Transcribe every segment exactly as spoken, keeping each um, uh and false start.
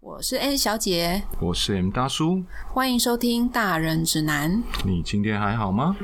我是 A 小姐， 我是 M 大叔， 欢迎收听大人指南。 你今天还好吗？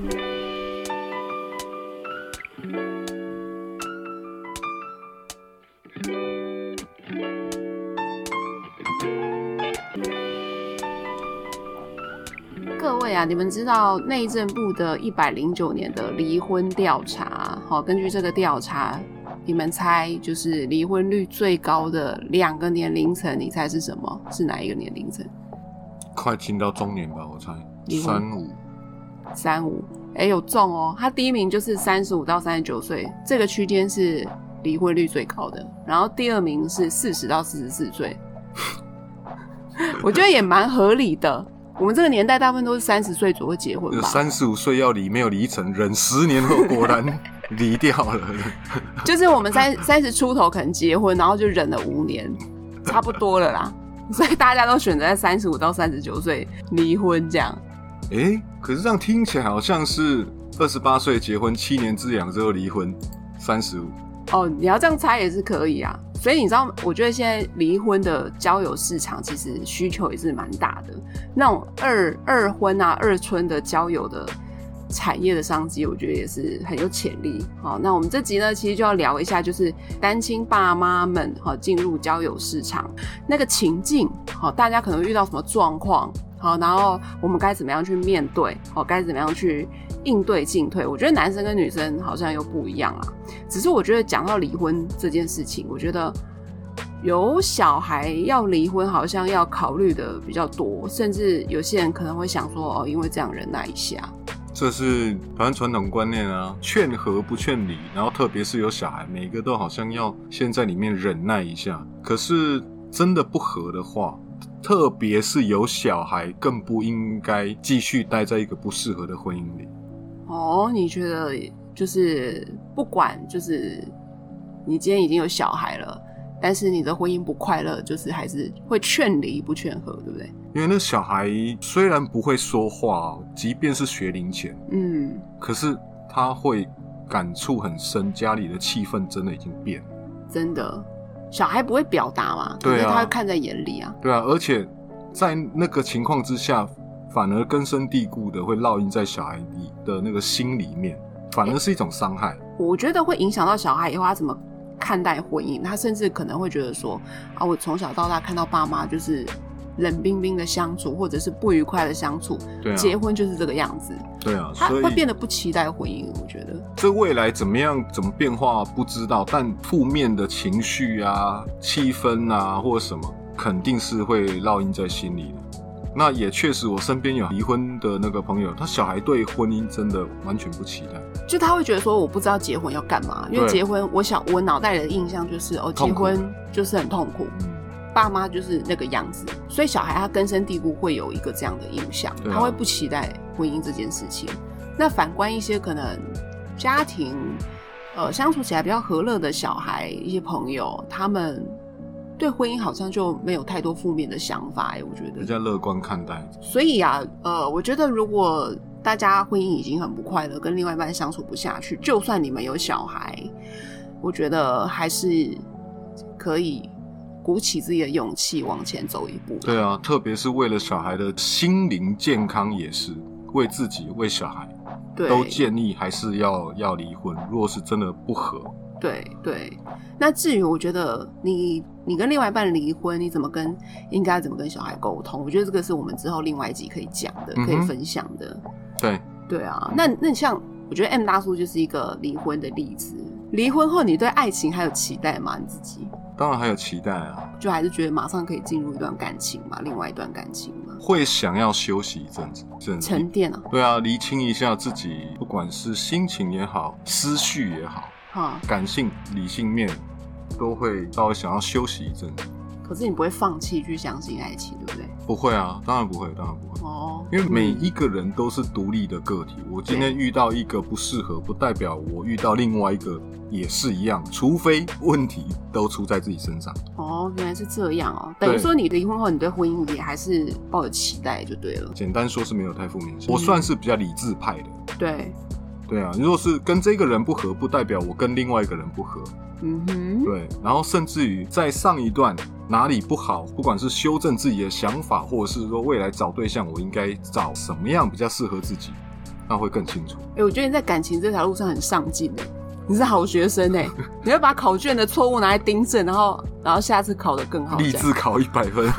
各位啊，你们知道内政部的一百零九年的离婚调查，好，根据这个调查，你们猜就是离婚率最高的两个年龄层，你猜是什么？是哪一个年龄层？ 快进到中年吧，我猜三五三五，哎，有中哦。他第一名就是三十五到三十九岁，这个区间是离婚率最高的。然后第二名是四十到四十四岁，我觉得也蛮合理的。我们这个年代大部分都是三十岁左右结婚吧。 三十五岁要离没有离成，忍十年后果然离掉了。 就是我们三三十出头可能结婚，然后就忍了五年，差不多了啦。所以大家都选择在三十五到三十九岁离婚这样。 哎、欸，可是这样听起来好像是二十八岁结婚，七年之痒之后离婚，三十五。 哦，你要这样猜也是可以啊。所以你知道，我觉得现在离婚的交友市场其实需求也是蛮大的。那种二二婚啊、二春的交友的产业的商机，我觉得也是很有潜力。好，那我们这集呢，其实就要聊一下，就是单亲爸妈们好进入交友市场那个情境，好，大家可能遇到什么状况，好，然后我们该怎么样去面对，好，该怎么样去应对进退。我觉得男生跟女生好像又不一样啊。只是我觉得讲到离婚这件事情，我觉得有小孩要离婚好像要考虑的比较多，甚至有些人可能会想说，哦，因为这样忍耐一下。 这是台湾传统观念啊，劝和不劝离，然后特别是有小孩，每个都好像要先在里面忍耐一下。可是真的不合的话，特别是有小孩，更不应该继续待在一个不适合的婚姻里。 哦，你觉得就是不管就是你今天已经有小孩了，但是你的婚姻不快乐，就是还是会劝离不劝和，对不对？ 因为那小孩虽然不会说话，即便是学龄前，嗯，可是他会感触很深，家里的气氛真的已经变了。真的，小孩不会表达嘛，可是他会看在眼里啊。 对啊， 而且在那个情况之下，反而根深蒂固的会烙印在小孩里的那个心里面，反而是一种伤害。 我觉得会影响到小孩以后他怎么看待婚姻，他甚至可能会觉得说啊，我从小到大看到爸妈就是冷冰冰的相处，或者是不愉快的相处，对啊，结婚就是这个样子。 对啊， 他会变得不期待婚姻。我觉得这未来怎么样怎么变化不知道，但负面的情绪啊、气氛啊或者什么，肯定是会烙印在心里的。那也确实，我身边有离婚的那个朋友，他小孩对婚姻真的完全不期待， 就他会觉得说，我不知道结婚要干嘛，因为结婚，我想我脑袋里的印象就是哦，结婚就是很痛苦，嗯，爸妈就是那个样子，所以小孩他根深蒂固会有一个这样的印象，他会不期待婚姻这件事情。那反观一些可能家庭呃相处起来比较和乐的小孩，一些朋友，他们对婚姻好像就没有太多负面的想法，我觉得比较乐观看待。 所以啊，呃，我觉得如果大家婚姻已经很不快乐，跟另外一半相处不下去，就算你们有小孩，我觉得还是可以鼓起自己的勇气往前走一步。 对啊，特别是为了小孩的心灵健康，也是为自己为小孩，都建议还是要要离婚。如果是真的不合。 对对，那至于我觉得你你跟另外一半离婚，你怎么跟应该怎么跟小孩沟通？我觉得这个是我们之后另外一集可以讲的，嗯、可以分享的。 对对啊，那那像我觉得 M 大叔就是一个离婚的例子。离婚后，你对爱情还有期待吗？你自己？ 当然还有期待啊， 就还是觉得马上可以进入一段感情嘛，另外一段感情嘛。 会想要休息一阵子， 沉淀啊。 对啊，厘清一下自己，不管是心情也好，思绪也好。感性理性面都会稍微想要休息一阵子。 可是你不会放弃去相信爱情，对不对？ 不会啊，当然不会，当然不会。哦，因为每一个人都是独立的个体，我今天遇到一个不适合，不代表我遇到另外一个也是一样，除非问题都出在自己身上。 哦，原来是这样哦。等于说你离婚后，你对婚姻也还是抱有期待就对了。 简单说是没有太负面，我算是比较理智派的。 对。 对啊，如果是跟这个人不合，不代表我跟另外一个人不合。 嗯哼， 对，然后甚至于在上一段哪里不好，不管是修正自己的想法，或者是说未来找对象我应该找什么样比较适合自己，那会更清楚。 哎、欸，我觉得你在感情这条路上很上进哎，你是好学生哎，你会把考卷的错误拿来订正，然后然后下次考得更好， 立志考一百分。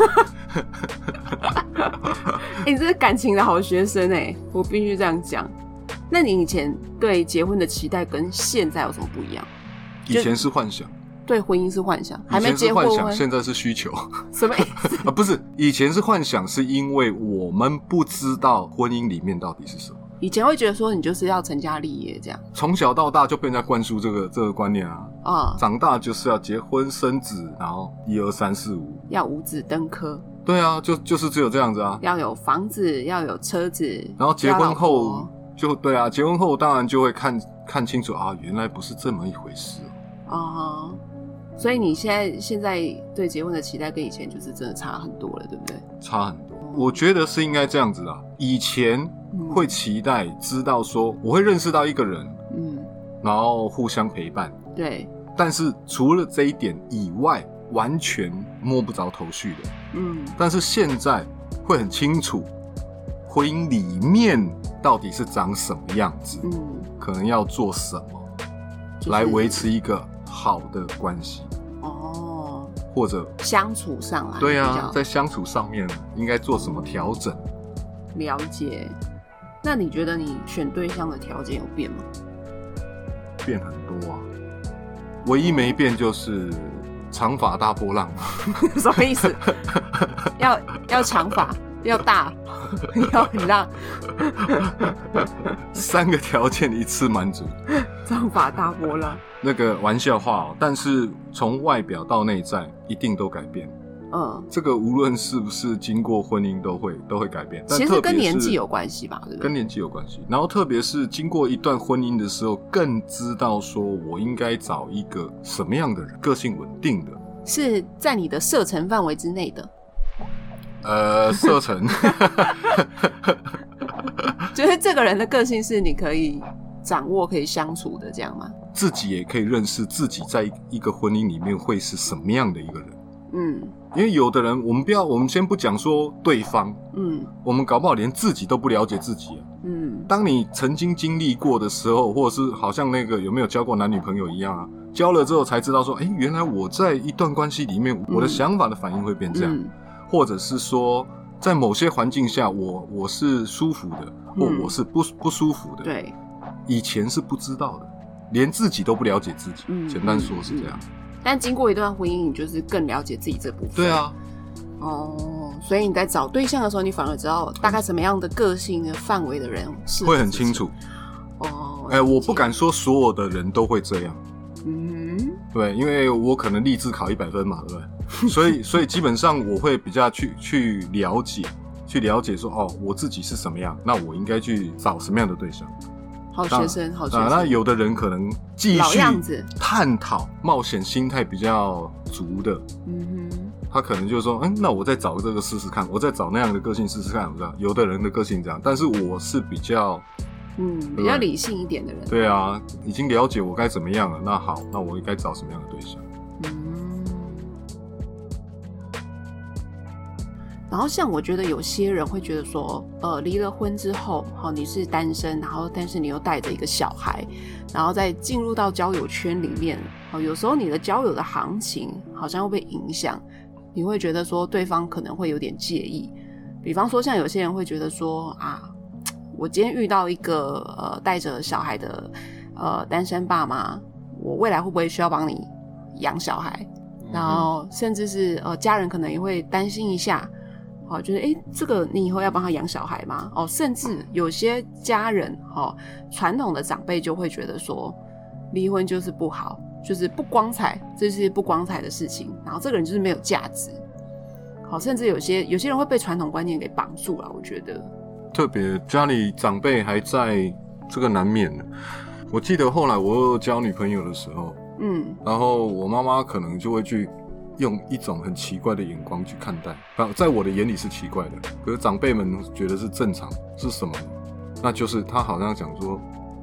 哎、欸，你这是感情的好学生哎，我必须这样讲。那你以前对结婚的期待跟现在有什么不一样？ 以前是幻想， 对婚姻是幻想，还没结婚。 以前是幻想，现在是需求。 什么意思？ 啊，不是，以前是幻想，是因为我们不知道婚姻里面到底是什么。 以前会觉得说你就是要成家立业这样， 从小到大就被人家灌输这个这个观念啊。啊、嗯，长大就是要结婚生子，然后一二三四五， 要五子登科。 对啊，就就是只有这样子啊。 要有房子，要有车子， 然后结婚后就对啊，结婚后当然就会看看清楚啊，原来不是这么一回事哦。 啊、嗯，所以你现在现在对结婚的期待跟以前就是真的差很多了，对不对？ 差很多，我觉得是应该这样子啊。以前会期待知道说我会认识到一个人，嗯，然后互相陪伴， 对。 但是除了这一点以外，完全摸不着头绪的，嗯。但是现在会很清楚，婚姻里面到底是长什么样子，嗯，可能要做什么，就是、来维持一个好的关系。哦，或者相处上来， 对啊，在相处上面应该做什么调整？ 了解。那你觉得你选对象的条件有变吗？ 变很多啊，唯一没变就是长发大波浪。 什么意思？要要长发，要大，要很浪。 三个条件一次满足。 长发大波浪。 那个玩笑话哦，但是从外表到内在一定都改变。嗯，这个无论是不是经过婚姻都会都会改变。 其实跟年纪有关系吧，对不对？ 跟年纪有关系。然后特别是经过一段婚姻的时候，更知道说我应该找一个什么样的人，个性稳定的， 是在你的射程范围之内的。 呃，射程， 就是这个人的个性是你可以掌握、可以相处的，这样吗？ 自己也可以认识自己在一个婚姻里面会是什么样的一个人。嗯，因为有的人，我们不要，我们先不讲说对方，嗯，我们搞不好连自己都不了解自己啊。嗯，当你曾经经历过的时候，或者是好像那个有没有交过男女朋友一样啊，交了之后才知道说，哎、欸，原来我在一段关系里面，我的想法的反应会变这样，嗯、或者是说，在某些环境下，我我是舒服的，或我是不不舒服的。 对， 以前是不知道的，连自己都不了解自己。嗯，简单说是这样。嗯嗯但经过一段婚姻，你就是更了解自己这部分。 对啊， 哦，所以你在找对象的时候，你反而知道大概什么样的个性的范围的人是会很清楚。哦，哎、欸，我不敢说所有的人都会这样。嗯，对，因为我可能立志考一百分嘛，对不对？所以，所以基本上我会比较去去了解，去了解说，哦，我自己是什么样，那我应该去找什么样的对象。 好学生，好学生。 那有的人可能继续探讨，冒险心态比较足的，嗯哼，他可能就说，嗯，那我再找这个试试看，我再找那样的个性试试看，我知道有的人的个性这样，但是我是比较， 嗯，比较理性一点的人。 对啊，已经了解我该怎么样了，那好，那我应该找什么样的对象？嗯。 然后像我觉得有些人会觉得说，呃，离了婚之后，好，你是单身，然后但是你又带着一个小孩，然后再进入到交友圈里面，好，有时候你的交友的行情好像会被影响，你会觉得说对方可能会有点介意。比方说像有些人会觉得说啊，我今天遇到一个呃带着小孩的呃单身爸妈，我未来会不会需要帮你养小孩？然后甚至是呃家人可能也会担心一下。哦，觉得哎，这个你以后要帮他养小孩吗？哦，甚至有些家人，哦，传统的长辈就会觉得说，离婚就是不好，就是不光彩，这是不光彩的事情。然后这个人就是没有价值。好，甚至有些有些人会被传统观念给绑住了。我觉得， 特别家里长辈还在，这个难免的。我记得后来我交女朋友的时候，嗯，然后我妈妈可能就会去。用一种很奇怪的眼光去看待，在我的眼里是奇怪的，可是长辈们觉得是正常，是什么呢？那就是他好像讲说，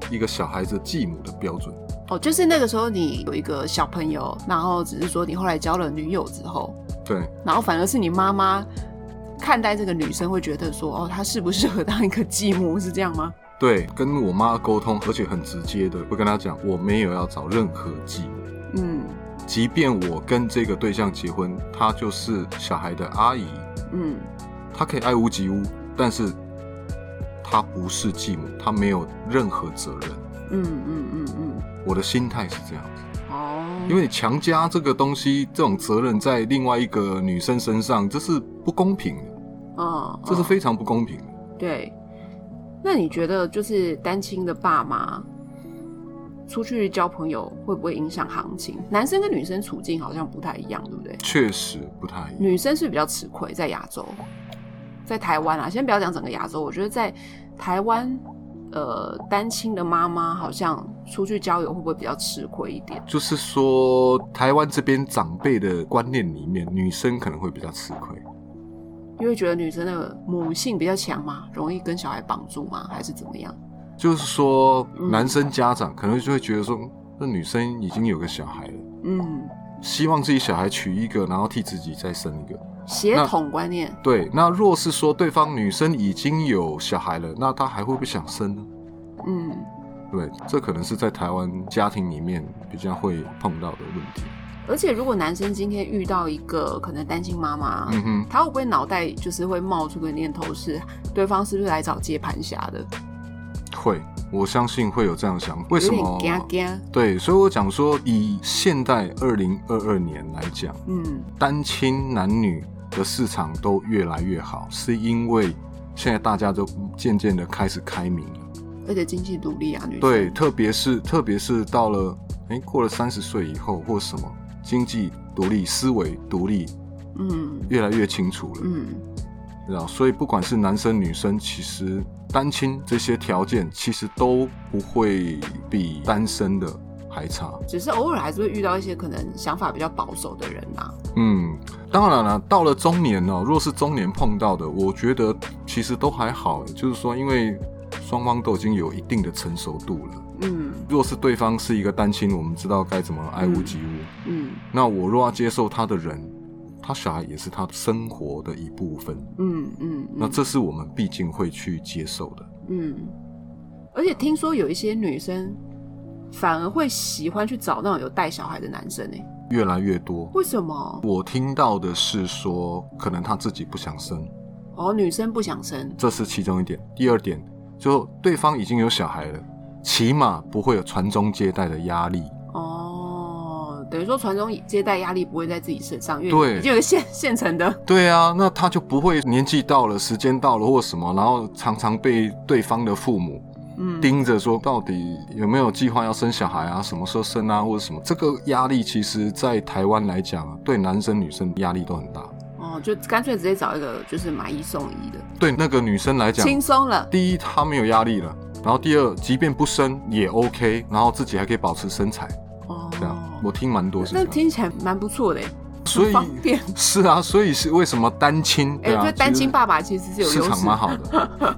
一个小孩子继母的标准。 哦，就是那个时候你有一个小朋友，然后只是说你后来交了女友之后， 对， 然后反而是你妈妈看待这个女生会觉得说，哦，她适不适合当一个继母，是这样吗？ 对，跟我妈沟通，而且很直接的会跟她讲，我没有要找任何继母。 嗯， 即便我跟这个对象结婚，她就是小孩的阿姨， 嗯， 她可以爱屋及乌，但是她不是继母，她没有任何责任。 嗯嗯嗯嗯， 我的心态是这样子。 哦， 因为你强加这个东西，这种责任在另外一个女生身上，这是不公平的。 哦， 这是非常不公平的。 对，那你觉得就是单亲的爸妈出去交朋友会不会影响行情？男生跟女生处境好像不太一样，对不对？ 确实不太一样。 女生是比较吃亏，在亚洲，在台湾啊，先不要讲整个亚洲，我觉得在台湾，呃，单亲的妈妈好像出去交友会不会比较吃亏一点？ 就是说，台湾这边长辈的观念里面，女生可能会比较吃亏。 因为觉得女生的母性比较强嘛，容易跟小孩绑住嘛，还是怎么样？ 就是说，男生家长可能就会觉得说，那、嗯、女生已经有个小孩了，嗯，希望自己小孩娶一个，然后替自己再生一个， 血统观念。 对，那若是说对方女生已经有小孩了，那她还会不会想生呢？嗯，对，这可能是在台湾家庭里面比较会碰到的问题。 而且如果男生今天遇到一个可能单亲妈妈，嗯哼，他会不会脑袋就是会冒出个念头是，对方是不是来找接盘侠的？ 会，我相信会有这样的想法。为什么？ 有点怕怕。 对，所以我讲说，以现代二零二二年来讲，嗯，单亲男女的市场都越来越好，是因为现在大家都渐渐的开始开明了， 而且经济独立啊，女生。 对，特别是特别是到了哎、欸、过了三十岁以后，或什么经济独立、思维独立，嗯，越来越清楚了，嗯，知道，所以不管是男生女生，其实单亲这些条件其实都不会比单身的还差， 只是偶尔还是会遇到一些可能想法比较保守的人啊。 嗯，当然了，到了中年哦，若是中年碰到的，我觉得其实都还好，就是说，因为双方都已经有一定的成熟度了。嗯，若是对方是一个单亲，我们知道该怎么爱屋及乌。嗯，那我若要接受他的人，他小孩也是他生活的一部分。嗯 嗯, 嗯，那这是我们毕竟会去接受的。嗯， 而且听说有一些女生反而会喜欢去找那种有带小孩的男生欸， 越来越多。 为什么？ 我听到的是说，可能他自己不想生。 哦，女生不想生， 这是其中一点。第二点，就对方已经有小孩了，起码不会有传宗接代的压力。 哦，等于说传宗接代压力不会在自己身上，因为已经有一个现现成的。 对啊，那他就不会年纪到了、时间到了或什么，然后常常被对方的父母盯着说，到底有没有计划要生小孩啊？什么时候生啊？或者什么？这个压力其实，在台湾来讲，对男生女生压力都很大。 哦，就干脆直接找一个就是买一送一的。 对那个女生来讲， 轻松了。第一，她没有压力了。然后第二，即便不生也 OK， 然后自己还可以保持身材。哦，这样我听蛮多是这样。 那听起来蛮不错的耶， 所以方便。 是啊，所以是为什么单亲？ 哎、欸，对、啊，单亲爸爸其实是有优势， 市场蛮好的。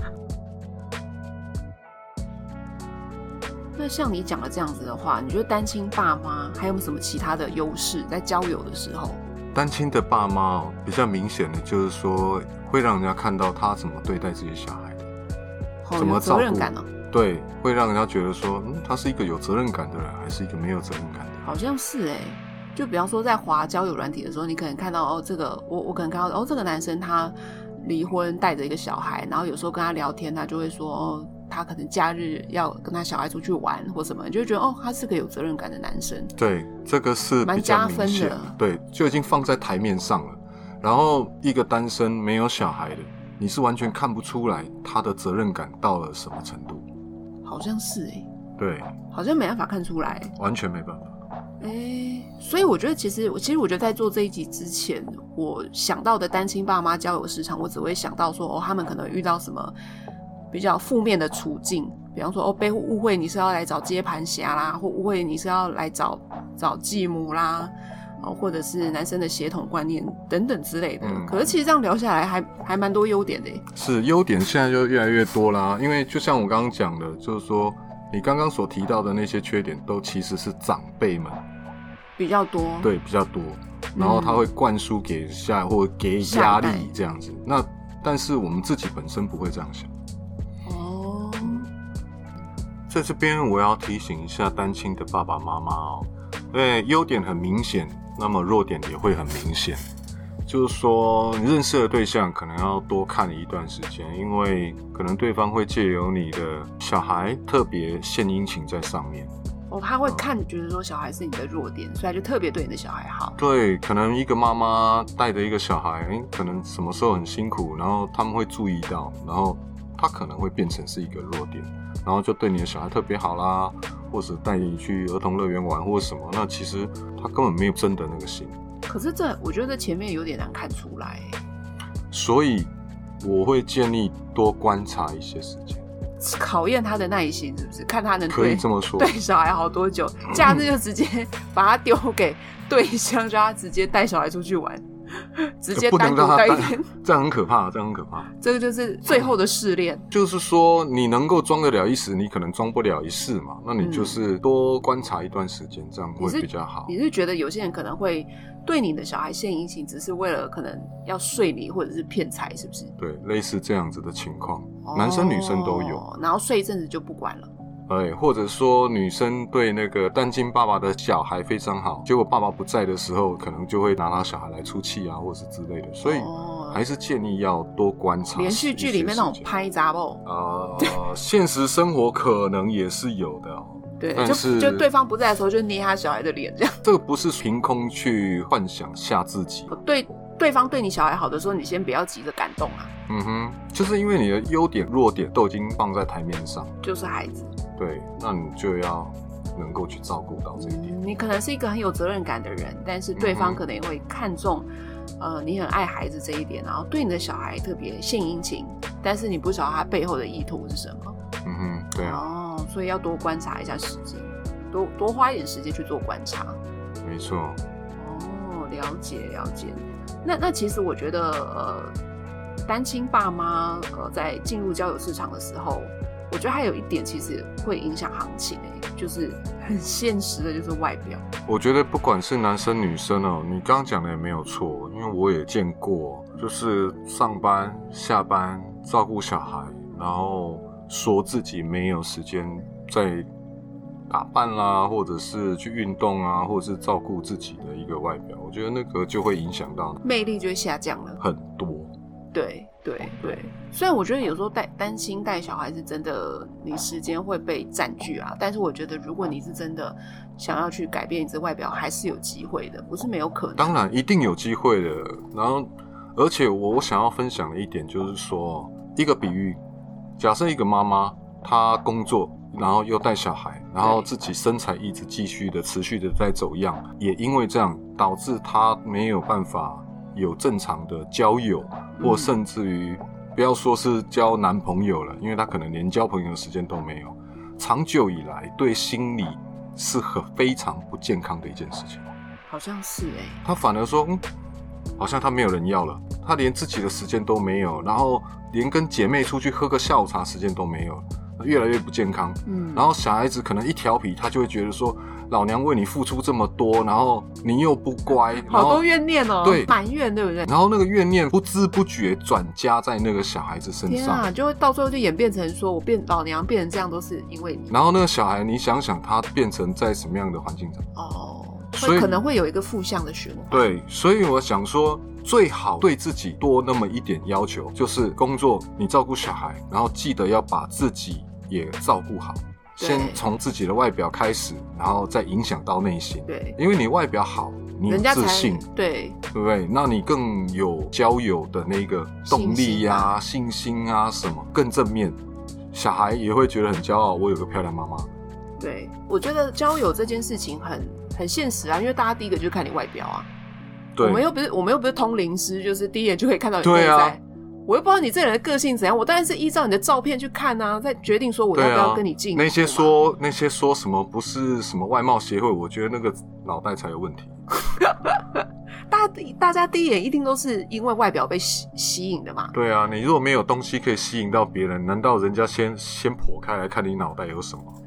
那像你讲的这样子的话，你觉得单亲爸妈还有没有什么其他的优势在交友的时候？ 单亲的爸妈哦，比较明显的就是说，会让人家看到他怎么对待自己的小孩， 哦、怎么照顾，有责任感哦。 对，会让人家觉得说，嗯，他是一个有责任感的人，还是一个没有责任感的人？ 好像是哎、欸，就比方说在滑交友软体的时候，你可能看到哦，这个我我可能看到哦，这个男生他离婚带着一个小孩，然后有时候跟他聊天，他就会说哦，他可能假日要跟他小孩出去玩或什么，你就会觉得哦，他是个有责任感的男生。 对，这个是比较明显的，对，就已经放在台面上了。然后一个单身没有小孩的，你是完全看不出来他的责任感到了什么程度。 好像是哎、欸， 对， 好像没办法看出来， 完全没办法。 哎、欸，所以我觉得其实，其实我觉得在做这一集之前，我想到的单亲爸妈交友市场，我只会想到说，哦，他们可能遇到什么比较负面的处境，比方说，哦，被误会你是要来找接盘侠啦，或误会你是要来找找继母啦，哦，或者是男生的血统观念等等之类的。嗯、可是其实这样聊下来还，还还蛮多优点的耶。 是优点，现在就越来越多啦。因为就像我刚刚讲的，就是说， 你刚刚所提到的那些缺点，都其实是长辈们比较多， 对，比较多，然后他会灌输给下或给压力这样子。那但是我们自己本身不会这样想。 哦， 在这边我要提醒一下单亲的爸爸妈妈哦，对，优点很明显，那么弱点也会很明显。就是说，你认识的对象可能要多看一段时间，因为可能对方会借由你的小孩特别献殷勤在上面。 哦，他会看，觉得说小孩是你的弱点，所以他就特别对你的小孩好。 对，可能一个妈妈带着一个小孩，欸，可能什么时候很辛苦，然后他们会注意到，然后他可能会变成是一个弱点，然后就对你的小孩特别好啦，或者带你去儿童乐园玩或者什么，那其实他根本没有真的那个心。 可是这我觉得前面有点难看出来， 所以我会建议多观察一些时间， 考验他的耐心，是不是？看他能对可以这么说， 对小孩好多久，假日就直接把他丢给对象，就他直接带小孩出去玩，直接单独带一天， 这样很可怕，这样很可怕。 这个就是最后的试炼。 就是说，你能够装得了一时，你可能装不了一世嘛。那你就是多观察一段时间，这样会比较好。 你是, 你是觉得有些人可能会对你的小孩献殷勤，只是为了可能要睡你，或者是骗财，是不是？ 对，类似这样子的情况，哦，男生女生都有。 然后睡一阵子就不管了。 对，或者说女生对那个单亲爸爸的小孩非常好，结果爸爸不在的时候，可能就会拿他小孩来出气啊，或是之类的，所以还是建议要多观察。 连续剧里面那种拍杂报， 呃，现实生活可能也是有的哦。 对，但是 就, 就对方不在的时候，就捏他小孩的脸这样。 这个不是凭空去幻想吓自己。 对，对方对你小孩好的时候，你先不要急着感动啊。 嗯哼，就是因为你的优点、弱点都已经放在台面上， 就是孩子。 对，那你就要能够去照顾到这一点。 嗯，你可能是一个很有责任感的人，但是对方可能也会看重，嗯，呃，你很爱孩子这一点，然后对你的小孩特别献殷勤，但是你不晓得他背后的意图是什么。 嗯哼，对啊。 哦，所以要多观察一下时间，多多花一点时间去做观察。 没错。 哦，了解了解。那那其实我觉得，呃，单亲爸妈呃在进入交友市场的时候，我觉得还有一点其实会影响行情，欸，就是很现实的，就是外表。 我觉得不管是男生女生哦，你刚刚讲的也没有错，因为我也见过，就是上班下班照顾小孩，然后说自己没有时间在打扮啦，或者是去运动啊，或者是照顾自己的一个外表，我觉得那个就会影响到魅力，就会下降了很多。 对对对，虽然我觉得有时候带担心带小孩是真的，你时间会被占据啊，但是我觉得如果你是真的想要去改变你这外表，还是有机会的，不是没有可能。 当然一定有机会的。然后，而且我想要分享的一点就是说，一个比喻，假设一个妈妈她工作，然后又带小孩，然后自己身材一直继续的持续的在走样，也因为这样导致她没有办法有正常的交友，或甚至于不要说是交男朋友了，因为他可能连交朋友的时间都没有，长久以来对心理是很非常不健康的一件事情。 好像是欸， 他反而说，嗯，好像他没有人要了，他连自己的时间都没有，然后连跟姐妹出去喝个下午茶时间都没有，越来越不健康。嗯，然后小孩子可能一调皮，他就会觉得说，老娘为你付出这么多，然后你又不乖， 好多怨念哦， 对， 埋怨，对不对？ 然后那个怨念不知不觉转加在那个小孩子身上， 天啊，就会到最后就演变成说我变老娘变成这样都是因为你。 然后那个小孩，你想想他变成在什么样的环境中？ 哦，所以可能会有一个负向的循环。 对，所以我想说，最好对自己多那么一点要求，就是工作你照顾小孩，然后记得要把自己也照顾好。先从自己的外表开始，然后再影响到内心。 对， 因为你外表好，你有自信， 对， 对不对？那你更有交友的那个动力呀、啊、信心啊，什么更正面，小孩也会觉得很骄傲。我有个漂亮妈妈。 对，我觉得交友这件事情很很现实啊，因为大家第一个就是看你外表啊。对，我们又不是我们又不是通灵师，就是第一眼就可以看到你内在。对啊。我又不知道你这人的个性怎样，我当然是依照你的照片去看啊，再决定说我要不要跟你进。 那些说那些说什么不是什么外貌协会，我觉得那个脑袋才有问题。 大家大家第一眼一定都是因为外表被吸吸引的嘛。 对啊，你如果没有东西可以吸引到别人，难道人家先先剖开来看你脑袋有什么？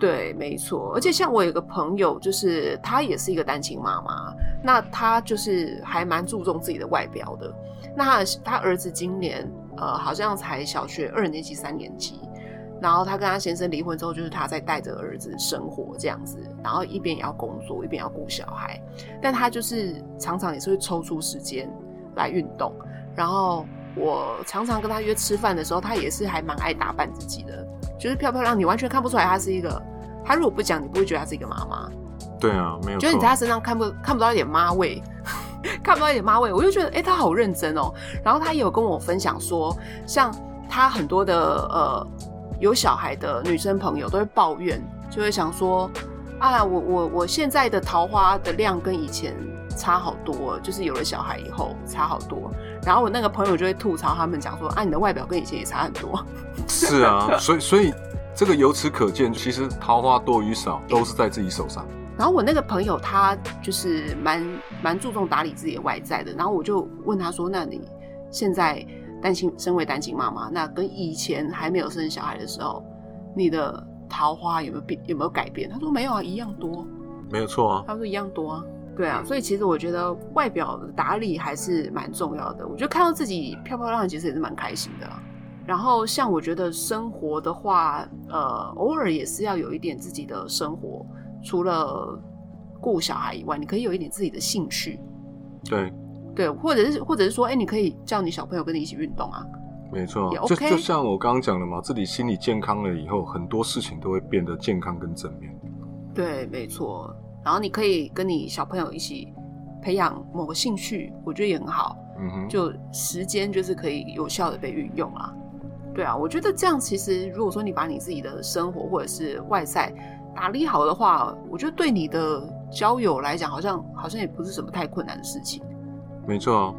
对，没错。而且像我有个朋友，就是她也是一个单亲妈妈，那她就是还蛮注重自己的外表的。那她她儿子今年呃好像才小学二年级、三年级，然后她跟她先生离婚之后，就是她在带着儿子生活这样子，然后一边也要工作，一边要顾小孩。但她就是常常也是会抽出时间来运动，然后我常常跟她约吃饭的时候，她也是还蛮爱打扮自己的，就是漂漂亮，你完全看不出来她是一个。他如果不讲，你不会觉得她是一个妈妈。 对啊，没有错。 就是你在她身上看不看不到一点妈味，看不到一点妈味，我就觉得，哎、欸，她好认真哦。然后她也有跟我分享说，像她很多的呃有小孩的女生朋友都会抱怨，就会想说，啊，我我我现在的桃花的量跟以前差好多，就是有了小孩以后差好多。然后我那个朋友就会吐槽他们讲说，啊，你的外表跟以前也差很多。 是啊，所以所以。这个由此可见，其实桃花多与少都是在自己手上。 然后我那个朋友他就是蛮蛮注重打理自己的外在的，然后我就问他说：“那你现在单亲，身为单亲妈妈，那跟以前还没有生小孩的时候，你的桃花有没有变，有没有改变？”他说：“没有啊，一样多。” 没有错啊。 他说：“一样多啊。”对啊，所以其实我觉得外表的打理还是蛮重要的。我觉得看到自己漂漂亮亮，其实也是蛮开心的啦。然后像我觉得生活的话，呃，偶尔也是要有一点自己的生活，除了顾小孩以外，你可以有一点自己的兴趣。 对对，或者是或者是说，哎，你可以叫你小朋友跟你一起运动啊。 没错， 也 OK。 就就像我刚刚讲的嘛，自己心理健康了以后，很多事情都会变得健康跟正面。 对，没错。然后你可以跟你小朋友一起培养某个兴趣，我觉得也很好。嗯哼，就时间就是可以有效的被运用啦。对啊，我觉得这样其实，如果说你把你自己的生活或者是外在打理好的话，我觉得对你的交友来讲，好像好像也不是什么太困难的事情。 没错。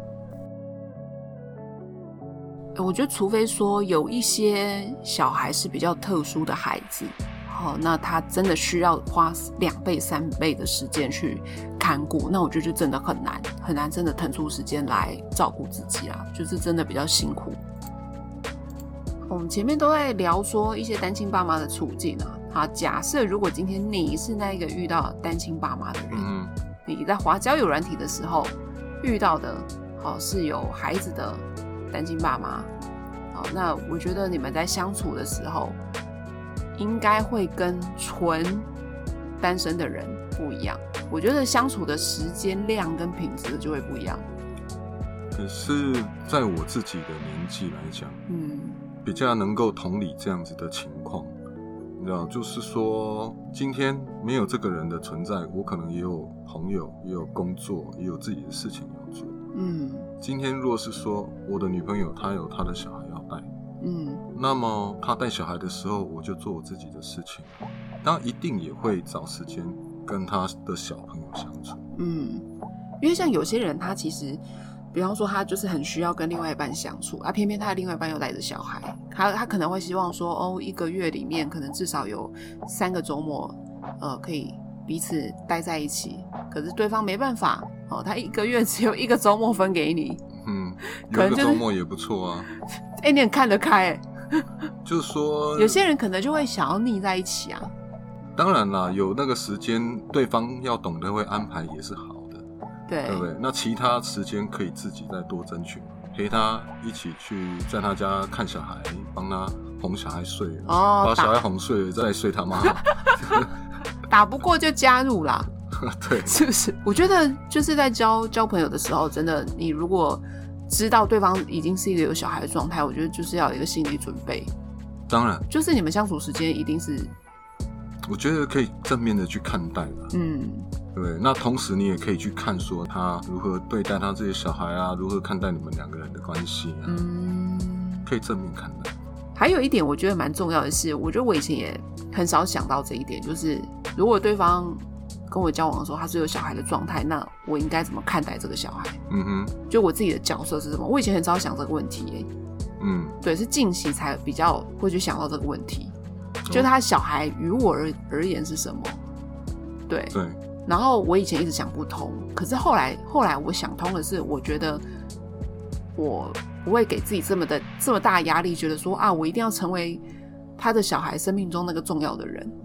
我觉得，除非说有一些小孩是比较特殊的孩子，哦，那他真的需要花两倍、三倍的时间去看顾，那我觉得就真的很难，很难真的腾出时间来照顾自己啦，就是真的比较辛苦。我们前面都在聊说一些单亲爸妈的处境啊，好，假设如果今天你是那一个遇到单亲爸妈的人，嗯，你在滑交友软体的时候遇到的，好，是有孩子的单亲爸妈，好，那我觉得你们在相处的时候，应该会跟纯单身的人不一样。我觉得相处的时间量跟品质就会不一样。 可是，在我自己的年纪来讲，嗯。比较能够同理这样子的情况，你知道，就是说，今天没有这个人的存在，我可能也有朋友，也有工作，也有自己的事情要做。嗯，今天若是说我的女朋友她有她的小孩要带，嗯，那么她带小孩的时候，我就做我自己的事情，当然一定也会找时间跟她的小朋友相处。嗯， 因为像有些人，他其实。比方说他就是很需要跟另外一半相处啊，偏偏他的另外一半又带着小孩，他他可能会希望说，哦，一个月里面可能至少有三个周末，呃，可以彼此待在一起。可是对方没办法，哦，他一个月只有一个周末分给你， 嗯，有一个周末也不错啊。 哎、欸，你很看得开、欸， 就是说， 有些人可能就会想要腻在一起啊。 当然啦，有那个时间，对方要懂得会安排也是好。 对， 对不对？那其他时间可以自己再多争取，陪他一起去在他家看小孩，帮他哄小孩睡，哦，把小孩哄睡了再睡他妈。 打不过就加入啦， 对， 是不是？我觉得就是在交交朋友的时候，真的，你如果知道对方已经是一个有小孩的状态，我觉得就是要有一个心理准备。 当然， 就是你们相处时间一定是， 我觉得可以正面的去看待吧。嗯。对，那同时你也可以去看说他如何对待他这些小孩啊，如何看待你们两个人的关系啊，嗯，可以正面看待。 还有一点我觉得蛮重要的是，我觉得我以前也很少想到这一点，就是如果对方跟我交往的时候他是有小孩的状态，那我应该怎么看待这个小孩？嗯哼，就我自己的角色是什么？我以前很少想这个问题耶。嗯，对，是近期才比较会去想到这个问题，哦，就他小孩于我 而, 而言是什么？对对。 然后我以前一直想不通，可是后来后来我想通的是，我觉得我不会给自己这么的这么大压力，觉得说啊，我一定要成为他的小孩生命中那个重要的人。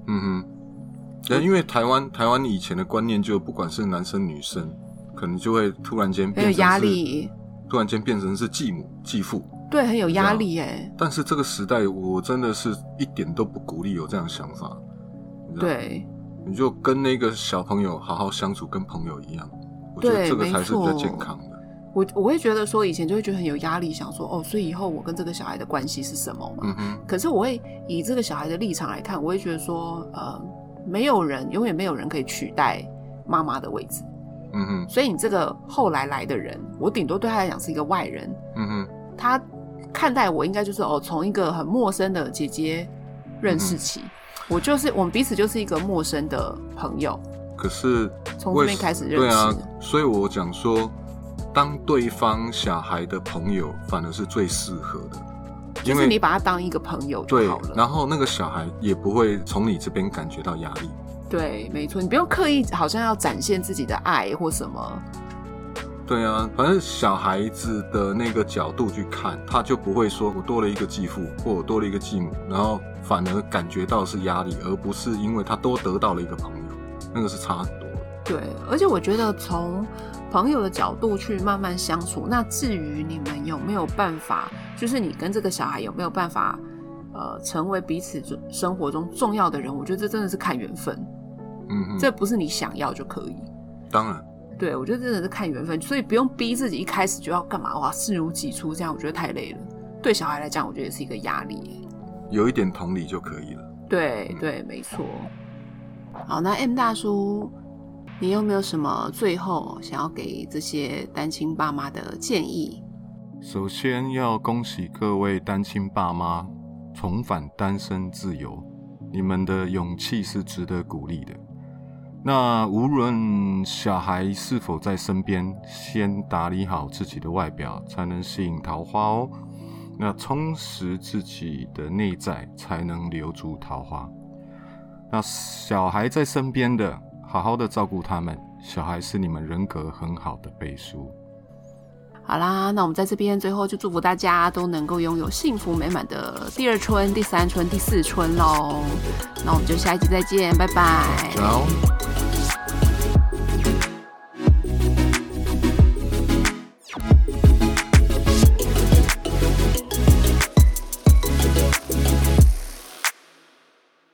嗯哼，对，因为台湾台湾以前的观念就不管是男生女生，可能就会突然间变成是很有压力，突然间变成是继母继父， 对，很有压力耶。 但是这个时代，我真的是一点都不鼓励有这样的想法。 对， 你就跟那个小朋友好好相处，跟朋友一样，我觉得这个才是比较健康的。 我我会觉得说，以前就会觉得很有压力，想说哦，所以以后我跟这个小孩的关系是什么嘛？ 嗯哼。 可是我会以这个小孩的立场来看，我会觉得说，呃，没有人，永远没有人可以取代妈妈的位置。 嗯哼。 所以你这个后来来的人，我顶多对他来讲是一个外人。 嗯哼。 他看待我应该就是哦，从一个很陌生的姐姐认识起，嗯、我就是我们彼此就是一个陌生的朋友。 可是从这边开始认识。 对啊，所以我讲说。当对方小孩的朋友反而是最适合的， 就是你把他当一个朋友就好了。 对，然后那个小孩也不会从你这边感觉到压力。 对，没错，你不用刻意好像要展现自己的爱或什么。 对啊，反正小孩子的那个角度去看，他就不会说我多了一个继父或我多了一个继母，然后反而感觉到是压力，而不是因为他多得到了一个朋友，那个是差很多的。 对，而且我觉得从朋友的角度去慢慢相处，那至于你们有没有办法，就是你跟这个小孩有没有办法呃，成为彼此生活中重要的人，我觉得这真的是看缘分。 嗯， 这不是你想要就可以。 当然， 对，我觉得真的是看缘分，所以不用逼自己一开始就要干嘛哇，视如己出，这样我觉得太累了。对小孩来讲，我觉得也是一个压力耶。 有一点同理就可以了。 对对，没错。好，那 M 大叔，你有没有什么最后想要给这些单亲爸妈的建议？ 首先要恭喜各位单亲爸妈重返单身自由，你们的勇气是值得鼓励的。那无论小孩是否在身边，先打理好自己的外表，才能吸引桃花哦。那充实自己的内在，才能留住桃花。那小孩在身边的，好好的照顾他们，小孩是你们人格很好的背书。 好啦，那我们在这边最后就祝福大家都能够拥有幸福美满的第二春、第三春、第四春咯。那我们就下一集再见，拜拜。 好。